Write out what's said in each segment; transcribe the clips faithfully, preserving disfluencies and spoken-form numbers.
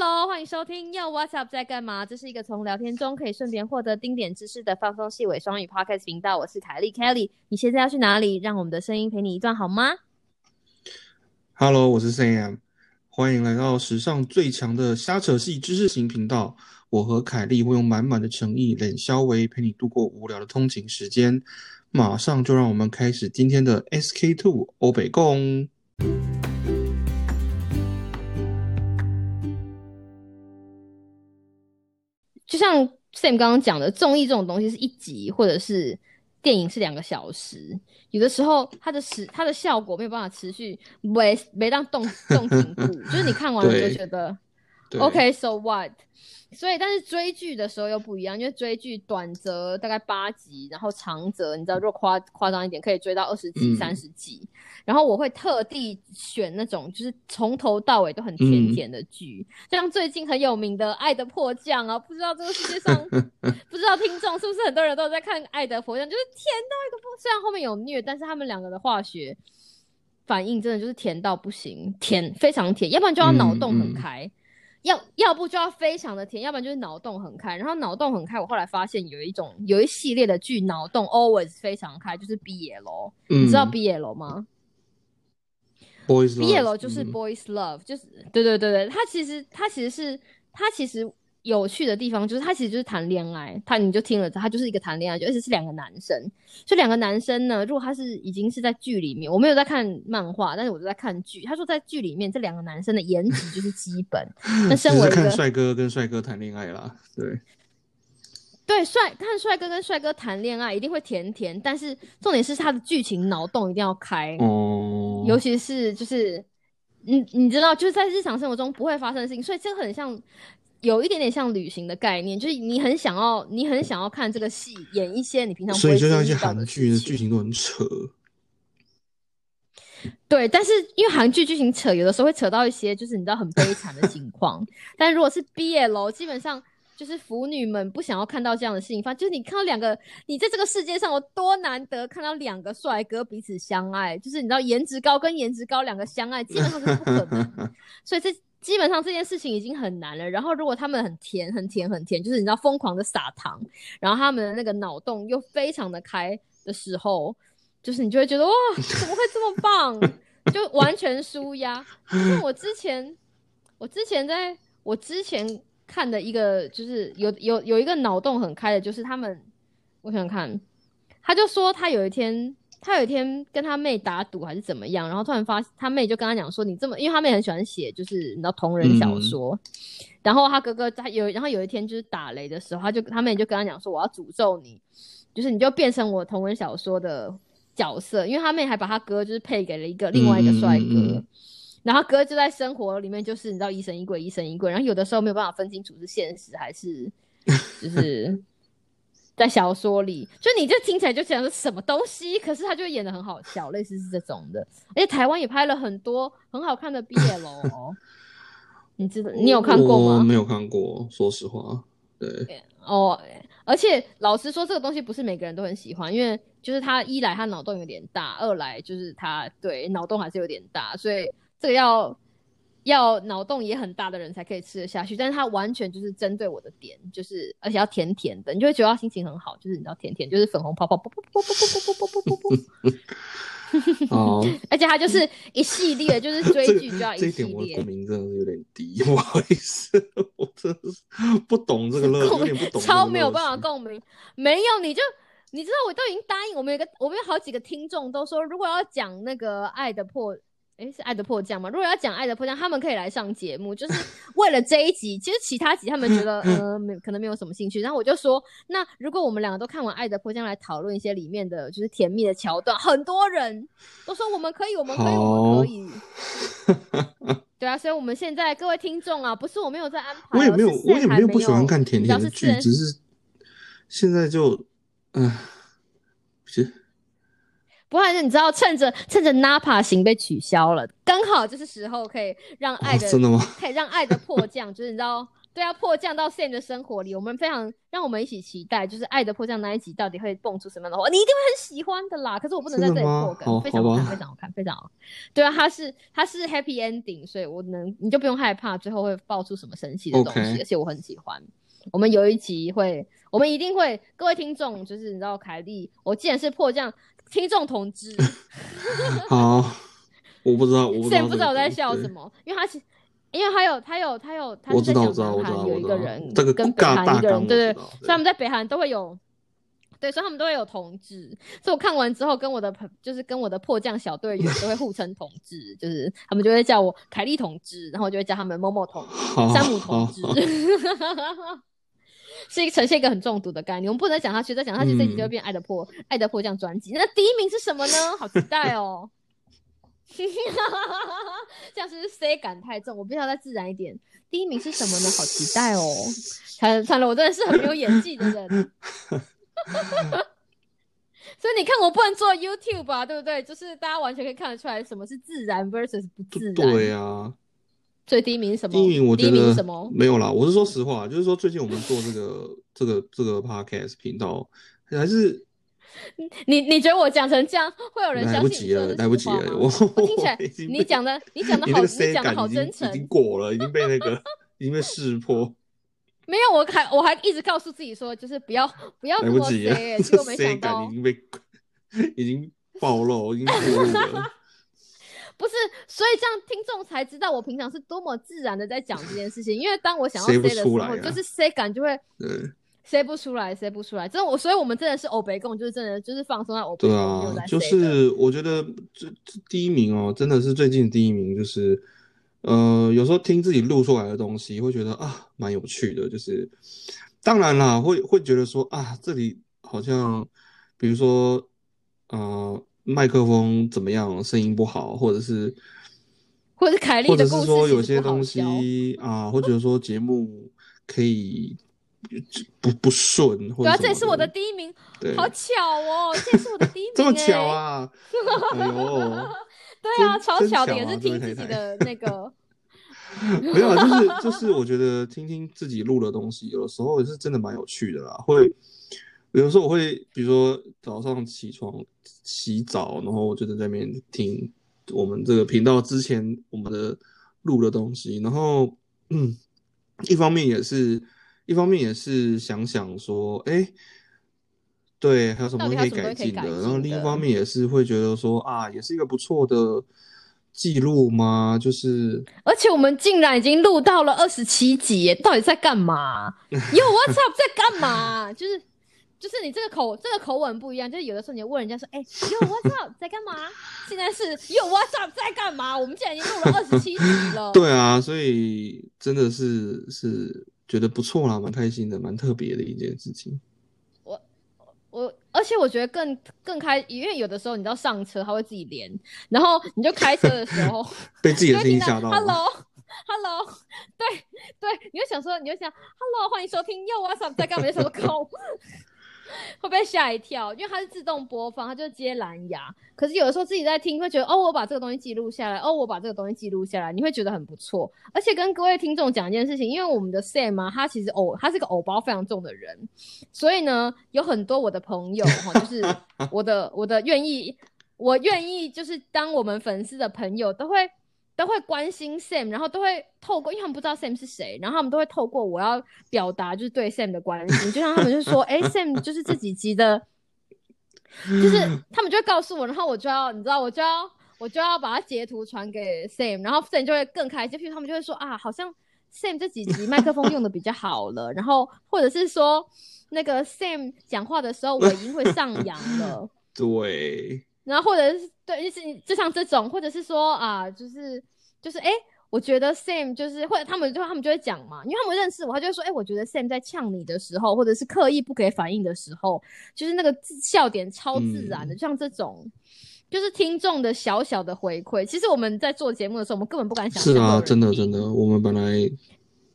Hello， 欢迎收听又 What's Up 在干嘛？这是一个从聊天中可以顺便获得丁点知识的放松细微双语 Podcast 频道。我是凯莉 Kelly， 你现在要去哪里？让我们的声音陪你一段好吗 Hello，我是 Sam， 欢迎来到史上最强的瞎扯系知识型频道。我和凯莉会用满满的诚意、冷消维陪你度过无聊的通勤时间。马上就让我们开始今天的 S K 二 欧北共。 就像 Sam 刚刚讲的，综艺这种东西是一集，或者是电影是两个小时，有的时候它的时它的效果没有办法持续，没没让动动情度，就是你看完了就觉得 OK so what。所以，但是追剧的时候又不一样，因为追剧短则大概八集，然后长则你知道，如果夸夸张一点，可以追到二十集、三十集。然后我会特地选那种就是从头到尾都很甜甜的剧，嗯、像最近很有名的《爱的迫降》啊，不知道这个世界上不知道听众是不是很多人都有在看《爱的迫降》，就是甜到一个不，虽然后面有虐，但是他们两个的化学反应真的就是甜到不行，甜非常甜，要不然就要脑洞很开。嗯嗯要要不就要非常的甜，要不然就是脑洞很开。然后脑洞很开，我后来发现有一种有一系列的剧脑洞 always 非常开，就是 B L、嗯、你知道 B L 吗？ Boys Love B L 就是 Boys Love、嗯、就是对对对对，它其实它其实是它其实有趣的地方就是它其实就是谈恋爱，它你就听了它就是一个谈恋爱剧，而且是两个男生。就两个男生呢，如果他是已经是在剧里面，我没有在看漫画，但是我就在看剧。他说在剧里面这两个男生的颜值就是基本，那身为一个看帅哥跟帅哥谈恋爱啦，对对，帅看帅哥跟帅哥谈恋爱一定会甜甜，但是重点是他的剧情脑洞一定要开哦，尤其是就是你你知道就是在日常生活中不会发生的事情，所以这个很像有一点点像旅行的概念，就是你很想要你很想要看这个戏演一些你平常不会所以就像一些韩剧的剧情都很扯。 对，但是因为韩剧剧情扯，有的时候会扯到一些就是你知道很悲惨的情况，但如果是 B L 基本上就是腐女们不想要看到这样的事情，就是你看到两个，你在这个世界上有多难得看到两个帅哥彼此相爱，就是你知道颜值高跟颜值高两个相爱，基本上是不可能。所以这基本上这件事情已经很难了。然后如果他们很甜很甜很甜，就是你知道疯狂的撒糖，然后他们的那个脑洞又非常的开的时候，就是你就会觉得哇，怎么会这么棒？就完全舒压。就是我之前，我之前在我之前看的一个，就是有有有一个脑洞很开的，就是他们，我想想看，他就说他有一天，他有一天跟他妹打赌还是怎么样，然后突然发他妹就跟他讲说，你这么，因为他妹很喜欢写，就是你知道同人小说，嗯、然后他哥哥他有，然后有一天就是打雷的时候，他就他妹就跟他讲说，我要诅咒你，就是你就变成我同人小说的角色，因为他妹还把他哥就是配给了一个另外一个帅哥。嗯嗯嗯，然后哥就在生活里面就是你知道疑神疑鬼疑神疑鬼，然后有的时候没有办法分清楚是现实还是就是在小说里，就你就听起来就想是什么东西，可是他就演得很好笑，类似是这种的。而且台湾也拍了很多很好看的 B L 哦，你知道你有看过吗？ 我没有看过，说实话，对哦，而且老实说，这个东西不是每个人都很喜欢，因为就是他一来他脑洞有点大，二来就是他对脑洞还是有点大，所以这个要要脑洞也很大的人才可以吃得下去。但是他完全就是针对我的点，就是而且要甜甜的，你就会觉得他心情很好，就是你知道甜甜，就是粉红泡泡，啵啵啵啵啵啵啵啵啵啵。哦，而且他就是一系列，就是追剧就要一系列。 这一点我的共鸣真的是有点低，不好意思，我真的是不懂这个乐，有点不懂， 超没有办法共鸣。没有，你就你知道，我都已经答应我们有个，我们有好几个听众都说，如果要讲那个《爱的迫》。诶，是爱的迫降吗？如果要讲爱的迫降，他们可以来上节目，就是为了这一集。其实其他集他们觉得呃没可能没有什么兴趣，然后我就说，那如果我们两个都看完爱的迫降来讨论一些里面的就是甜蜜的桥段，很多人都说我们可以，我们可以，我们可以。对啊，所以我们现在各位听众啊，不是我没有在安排、哦， 我也没有，我也没有不喜欢看甜甜的剧，只是现在就嗯，是。 不过你知道，趁着趁着 Napa 型被取消了，刚好就是时候可以让爱的、 哦、真的吗？ 可以让爱的迫降，就是你知道对啊，迫降到 Sam 的生活里，我们非常让我们一起期待，就是《爱的迫降》那一集到底会蹦出什么样的火花，你一定会很喜欢的啦。可是我不能在这里破梗，非常好看，非常好看，非常好看。对啊，它是它是 happy ending， 所以我能你就不用害怕最后会爆出什么神奇的东西， okay. 而且我很喜欢。我们有一集会，我们一定会，各位听众，就是你知道凯莉，我既然是迫降听众同志， 好，我不知道，我不知道、這個， 不知道我在笑什么，因为他其实。因为他有他有他有他是在讲南韩有一个人跟北韩一个人，对对，所以他们在北韩都会有，对，所以他们都会有同志。所以我看完之后，跟我的就是跟我的迫降小队员都会互称同志，就是他们就会叫我凯莉同志，然后我就会叫他们某某同志、山姆同志，是一个呈现一个很中毒的概念。我们不能再讲下去，再讲下去、嗯、这集就会变爱的迫爱的迫降专辑。那第一名是什么呢？好期待哦！这样是不是 C 感太重？我必须要再自然一点。第一名是什么呢？好期待哦！惨惨了，我真的是很没有演技的人。所以你看，我不能做 YouTube 吧，对不对？就是大家完全可以看得出来什么是自然 versus 不自然。 对啊。 所以第一名是什么？ 第一名我觉得第一名是什么？ 没有啦，我是说实话，就是说最近我们做这个这个这个 podcast 频道，还是。 你你觉得我讲成这样，会有人相信你说的来不及了，来不及了！ 我我听起来，你讲的你讲的好，你讲的好真诚， 已经过了，已经被那个已经被识破。 没有，我还我还一直告诉自己说，就是不要不要那么 say， 结果没想到已经被已经暴露，已经暴露了。 不是，所以这样听众才知道我平常是多么自然的在讲这件事情。因为当我想要 say 的时候，啊、就是 say 感就会。 对。 say 不出来 say 不出来，真的我，所以我们真的是欧北共，就是真的就是放松在欧北共。 对啊，就是我觉得这这第一名哦，真的是最近第一名，就是呃，有时候听自己录出来的东西，会觉得啊，蛮有趣的。就是当然啦，会会觉得说啊，这里好像比如说呃，麦克风怎么样，声音不好，或者是或者凯莉的故事， 或者是说有些东西啊，或者说节目可以。不不顺，对啊，这也是我的第一名，好巧哦，这也是我的第一名、欸， 这么巧啊！哎呦， 对啊，超巧的，也是听自己的那个， 没有，就是就是，我觉得听听自己录的东西，有的时候是真的蛮有趣的啦。会有时候我会，比如说早上起床洗澡，然后我就在那边听我们这个频道之前我们的录的东西，然后嗯，一方面也是。一方面也是想想说，哎，对，还有什么可以改进的？然后另一方面也是会觉得说，啊，也是一个不错的记录吗？就是， 而且我们竟然已经录到了二十七集，到底在干嘛？有 What's up 在干嘛？就是就是你这个口这个口吻不一样，就是有的时候你问人家说，哎，有 What's up 在干嘛？现在是有 What's up 在干嘛？我们竟然已经录了二十七集了。 对啊，所以真的是是。觉得不错啦，蛮开心的，蛮特别的一件事情。 我我，而且我觉得更更开，因为有的时候你知道上车他会自己连，然后你就开车的时候被自己的声音吓到了。 Hello Hello， 对对，你就想说，你就想 Hello， 欢迎收听又 What's up 在干嘛？就什么口。会被吓一跳，因为它是自动播放，它就接蓝牙。可是有的时候自己在听，会觉得哦，我把这个东西记录下来，哦，我把这个东西记录下来，你会觉得很不错。而且跟各位听众讲一件事情，因为我们的 Sam 啊，他其实偶他是个偶包非常重的人，所以呢，有很多我的朋友哈，就是我的我的愿意，我愿意就是当我们粉丝的朋友都会。都会关心 Sam， 然后都会透过，因为他们不知道 Sam 是谁，然后他们都会透过我要表达就是对 Sam 的关心，就像他们就说，哎、欸、，Sam 就是这几集的，就是他们就会告诉我，然后我就要，你知道，我就要我就要把它截图传给 Sam， 然后 Sam 就会更开心，譬如他们就会说啊，好像 Sam 这几集麦克风用的比较好了，然后或者是说那个 Sam 讲话的时候尾音会上扬了， 对。 然后或者是对，就是就像这种，或者是说啊，就是就是哎，我觉得 Sam 就是或者他们就他们就会讲嘛，因为他们认识我，他就会说，哎，我觉得 Sam 在呛你的时候，或者是刻意不给反应的时候，就是那个笑点超自然的，嗯、像这种，就是听众的小小的回馈。其实我们在做节目的时候，我们根本不敢想象。 是啊，真的真的，我们本来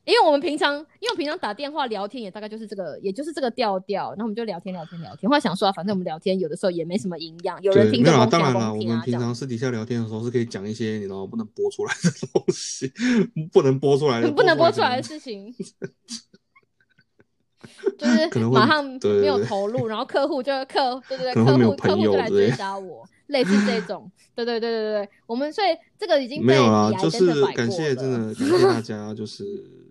因为我们平常，因为我平常打电话聊天也大概就是这个，也就是这个调调，然后我们就聊天聊天聊天。后来想说、啊，反正我们聊天有的时候也没什么营养，有人听就没有啦， 公听啊， 当然啦， 公听啊， 我们平常私底下聊天的时候是可以讲一些你知道不能播出来的东西，不能播出来的， 不能播出来来的事情。就是可能会马上没有对对对投入，然后客户就客对对对， 可能会没有客户客朋友户就来追之类的。 杀我，类似这种，对对对对对对，我们所以这个已经被没有啦， 你就是感 identify 过谢真了， 的感谢大家，就是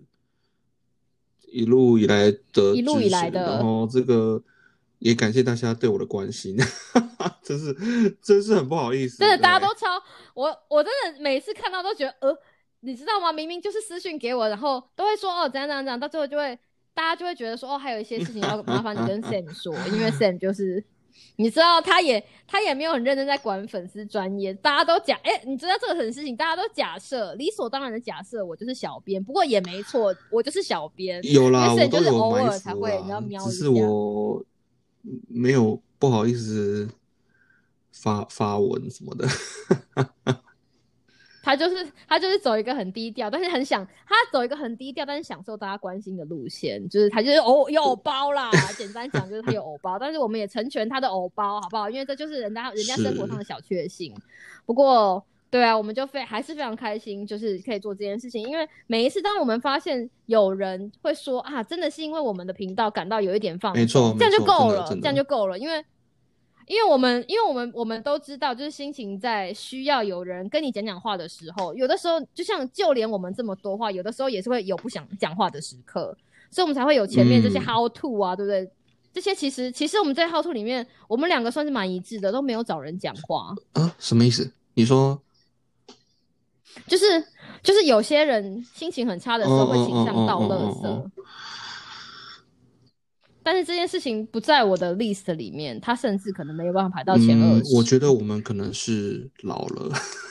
一路以来的一路以支持， 来的， 然后这个也感谢大家对我的关心，真是真是很不好意思， 真的大家对都超我我真的每次看到都觉得呃，你知道吗？明明就是私讯给我，然后都会说哦怎样怎样怎样，到最后就会大家就会觉得说哦还有一些事情要麻烦你跟 Sam 说，因为 Sam 就是你知道他也他也没有很认真在管粉丝专业，大家都假哎，你知道这个很事情，大家都假设理所当然的假设我就是小编，不过也没错，我就是小编， 有啦， 因为 Sam 就是我都有埋偶尔才伏会你要啦， 瞄一下， 只是我没有不好意思发发文什么的。 他就是他就是走一个很低调，但是很想他走一个很低调，但是享受大家关心的路线，就是他就是偶有偶包啦，简单讲就是他有偶包，但是我们也成全他的偶包，好不好？因为这就是人家人家生活上的小确幸。不过，对啊，我们就非还是非常开心，就是可以做这件事情，因为每一次当我们发现有人会说啊，真的是因为我们的频道感到有一点放没错， 松，这样就够了， 这样就够了，因为。因为我们，因为我们，我们都知道，就是心情在需要有人跟你讲讲话的时候，有的时候，就像就连我们这么多话，有的时候也是会有不想讲话的时刻，所以我们才会有前面这些 how to 啊，嗯、对不对？这些其实，其实我们在 how to 里面，我们两个算是蛮一致的，都没有找人讲话。 啊？什么意思？你说， 就是就是有些人心情很差的时候会倾向倒垃圾。但是这件事情不在我的 list 里面，他甚至可能没有办法排到前二十、 嗯。我觉得我们可能是老了，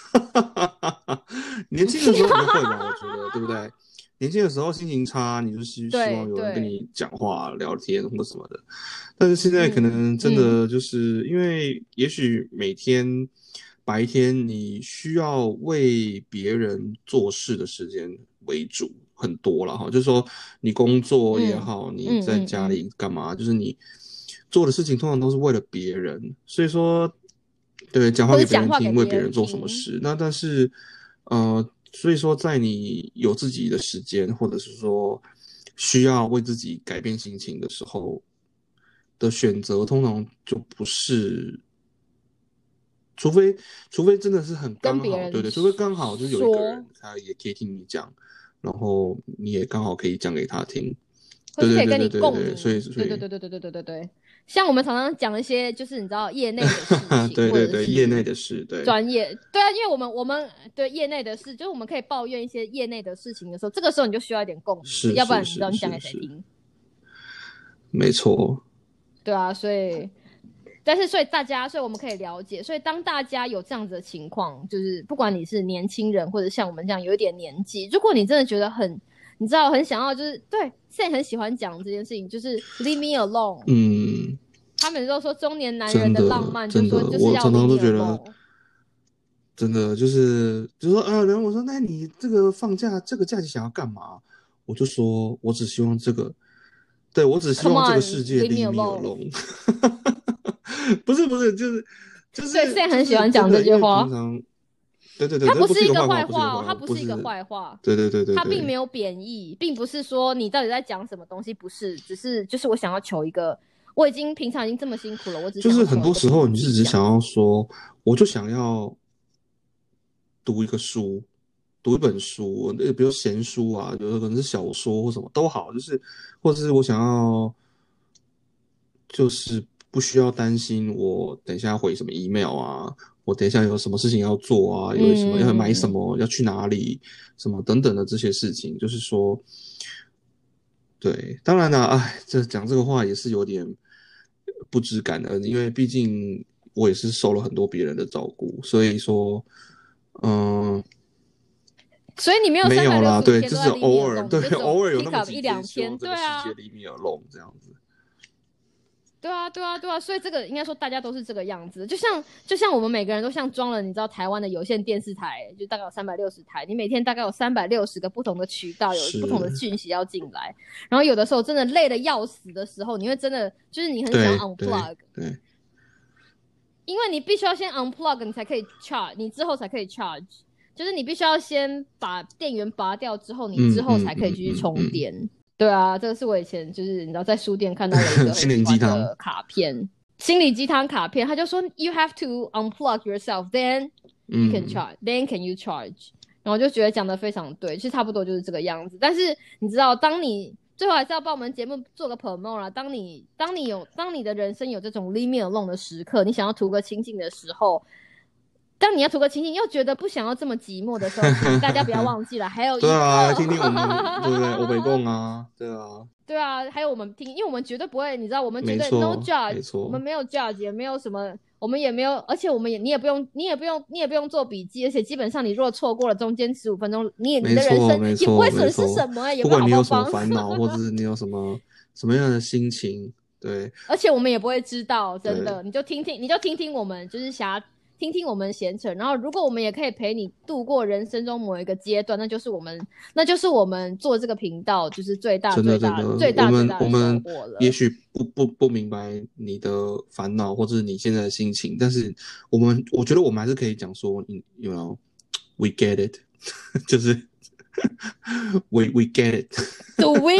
年轻的时候你就会吧，我觉得对不对？年轻的时候心情差，你就希希望有人跟你讲话、聊天或者什么的。但是现在可能真的就是、嗯、因为，也许每天白天你需要为别人做事的时间为主。很多了哈，就是说你工作也好，嗯、你在家里干嘛，嗯嗯嗯、就是你做的事情通常都是为了别人，所以说，对，讲话给别人听，为别人做什么事。那但是，呃，所以说在你有自己的时间，或者是说需要为自己改变心情的时候的选择，通常就不是。除非，除非真的是很刚好，对对，除非刚好就是有一个人，他也可以听你讲，然后你也刚好可以讲给他听， 或是可以跟你共鸣，所以，所以， 对对对对对对对对，像我们常常讲一些就是你知道业内的事情， 对对对，业内的事，对， 专业，对啊，因为我们我们对业内的事，就是我们可以抱怨一些业内的事情的时候，这个时候你就需要一点共鸣，要不然你知道你讲给谁听？ 没错， 对啊，所以。但是，所以大家，所以我们可以了解，所以当大家有这样子的情况，就是不管你是年轻人，或者像我们这样有一点年纪，如果你真的觉得很，你知道很想要，就是对，现在很喜欢讲这件事情，就是 leave me alone。 嗯， 他们都说中年男人的浪漫， 就说就是要 leave me alone。 真的就是就说啊，然后我说，那你这个放假这个假期想要干嘛？我就说我只希望这个，对我只希望这个世界 leave me alone。不是不是，就是就是， 对，现在很喜欢讲这句话。 平常，对对对， 它不是一个坏话， 它不是一个坏话。 对对对对， 它并没有贬义，并不是说你到底在讲什么东西，不是，只是就是我想要求一个，我已经平常已经这么辛苦了，我只想就是很多时候你是只想要说，我就想要读一个书，读一本书，比如闲书啊，有可能是小说或什么都好，就是或者是我想要，就是。不需要担心我等一下回什么 email 啊，我等一下有什么事情要做啊，有什么要买什么，要去哪里，什么等等的这些事情，就是说，对，当然啦，哎，这讲这个话也是有点不知感恩，因为毕竟我也是受了很多别人的照顾，所以说，嗯、呃。 所以你没有没有啦，对，就是偶尔， 对，偶尔有那么几一两天，对啊， 世界 leave me alone 这样子。 对啊，对啊，对啊，所以这个应该说大家都是这个样子，就像就像我们每个人都像装了，你知道台湾的有线电视台，就大概有三百六十台，你每天大概有三百六十个不同的渠道，有不同的讯息要进来，然后有的时候真的累得要死的时候，你会真的就是你很想 unplug， 对，对， 因为你必须要先 unplug， 你才可以 charge， 你之后才可以 charge， 就是你必须要先把电源拔掉之后，你之后才可以继续充电。嗯嗯嗯嗯嗯对啊，这个是我以前就是你知道在书店看到了一个很喜欢的卡片，心理鸡汤卡片，他就说 you have to unplug yourself, then you can charge,、嗯、then can you charge。然后我就觉得讲得非常对，其实差不多就是这个样子。但是你知道，当你最后还是要帮我们节目做个 promote 啦。当你当你有当你的人生有这种 leave me alone 的时刻，你想要图个清静的时候。当你要图个情景又觉得不想要这么寂寞的时候，大家不要忘记了还有一个对啊，听听我们对不对？欧北共啊，对啊， 对啊，还有我们听，因为我们绝对不会，你知道，我们绝对 no judge， 我们没有 judge， 也没有什么，我们也没有，而且我们也你也不用，你也不用，你也不用做笔记，而且基本上你如果错过了中间十五分钟，你也你的人生也不会损失什么，也不管你有什么烦恼，或者是你有什么什么样的心情，对， 而且我们也不会知道，真的，你就听听，你就听听我们就是瞎。听听我们闲扯，然后如果我们也可以陪你度过人生中某一个阶段，那就是我们，那就是我们做这个频道就是最大最大最大最大的收获了。 我们也许不不不明白你的烦恼或者你现在的心情，但是我们我觉得我们还是可以讲说，你 you know we get it， 就是 we we get it。Do we？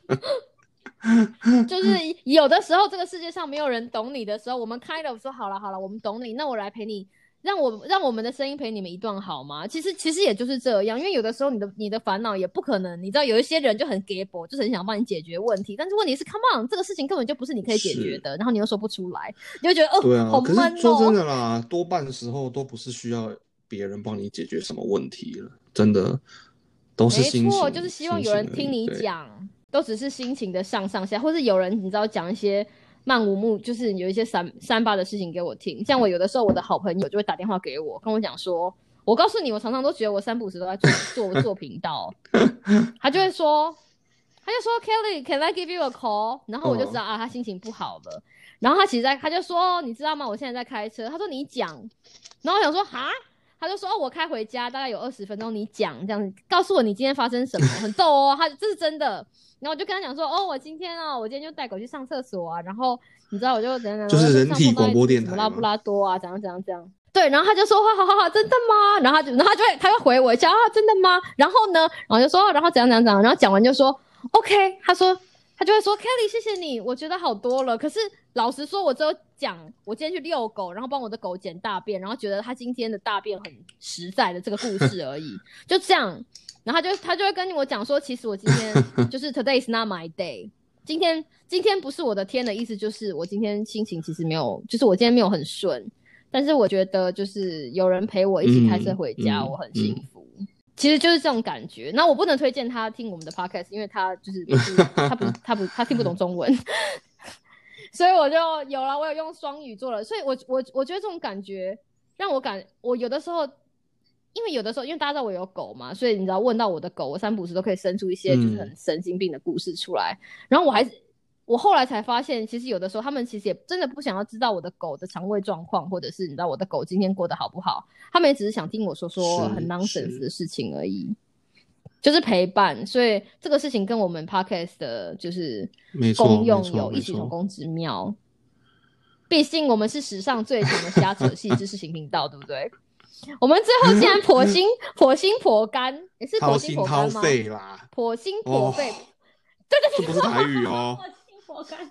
就是有的时候这个世界上没有人懂你的时候，我们 kind of 说好了好了，我们懂你，那我来陪你，让我让我们的声音陪你们一段好吗？其实其实也就是这样，因为有的时候你的你的烦恼也不可能，你知道有一些人就很 gable， 就是很想帮你解决问题，但是问题是 come on， 这个事情根本就不是你可以解决的，然后你又说不出来，你就觉得哦， 对啊， 好闷哦。 可是说真的啦，多半的时候都不是需要别人帮你解决什么问题了，真的都是心情。 没错，就是希望有人听你讲。都只是心情的上上下，或是有人你知道讲一些漫无目，就是有一些三三八的事情给我听。像我有的时候，我的好朋友就会打电话给我，跟我讲说，我告诉你，我常常都觉得我三不五时都在做做做频道。他就会说，他就说 Kelly，Can I give you a call？ 然后我就知道、哦、啊，他心情不好了。然后他其实在，他就说，你知道吗？我现在在开车。他说你讲，然后我想说哈。他就说、哦、我开回家大概有二十分钟，你讲这样子，告诉我你今天发生什么，很逗哦。他这是真的，然后我就跟他讲说，哦，我今天啊，我今天就带狗去上厕所啊，然后你知道我就怎样， 就是人体广播电台， 什么拉布拉多啊，怎样怎样怎样。对，然后他就说，好好好，真的吗？然后他就，然后他就会，他会回我一下啊，真的吗？然后呢，然后就说，然后怎样怎样怎样，然后讲完就说 ，OK， 他说。他就会说 Kelly 谢谢你，我觉得好多了。可是老实说，我只有讲我今天去遛狗，然后帮我的狗捡大便，然后觉得他今天的大便很实在的这个故事而已，就这样。然后他就他就会跟我讲说，其实我今天就是 Today is not my day， 今天今天不是我的天的意思，就是我今天心情其实没有，就是我今天没有很顺，但是我觉得就是有人陪我一起开车回家，嗯、我很幸福。嗯嗯其实就是这种感觉，那我不能推荐他听我们的 podcast， 因为他就是不是他不他不他听不懂中文，所以我就有了，我有用双语做了，所以我我我觉得这种感觉让我感，我有的时候，因为有的时候，因为大家知道我有狗嘛，所以你知道问到我的狗，我三不五时都可以生出一些就是很神经病的故事出来，嗯、然后我还是。我后来才发现，其实有的时候他们其实也真的不想要知道我的狗的肠胃状况，或者是你知道我的狗今天过得好不好，他们也只是想听我说说很 nonsense 的事情而已，就是陪伴。所以这个事情跟我们 podcast 的就是功用有异曲同工之妙。毕竟我们是史上最强的瞎扯戏知识型频道，对不对？我们最后竟然剖心剖心剖肝，也是剖心剖肝吗？剖心剖肺，对对对， 这不是台语哦。 我看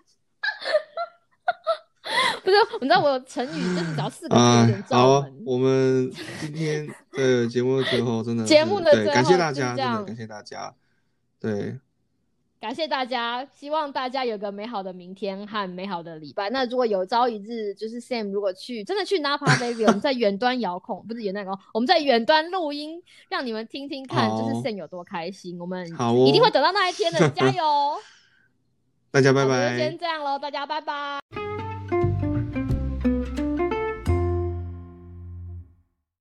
不是，你知道我有成语，就是只要四个字有点罩门。 好，我们今天的节目的最后，真的节目的最后， 感谢大家，真的感谢大家，对， 感谢大家，希望大家有个美好的明天和美好的礼拜。那如果有朝一日，就是 Sam 如果去真的去 Napa Valley， 我们在远端遥控，不是远端遥控，我们在远端录音，让你们听听看，就是 Sam 有多开心。我们一定会等到那一天的，加油！ 大家拜拜， 就先这样咯，大家拜拜。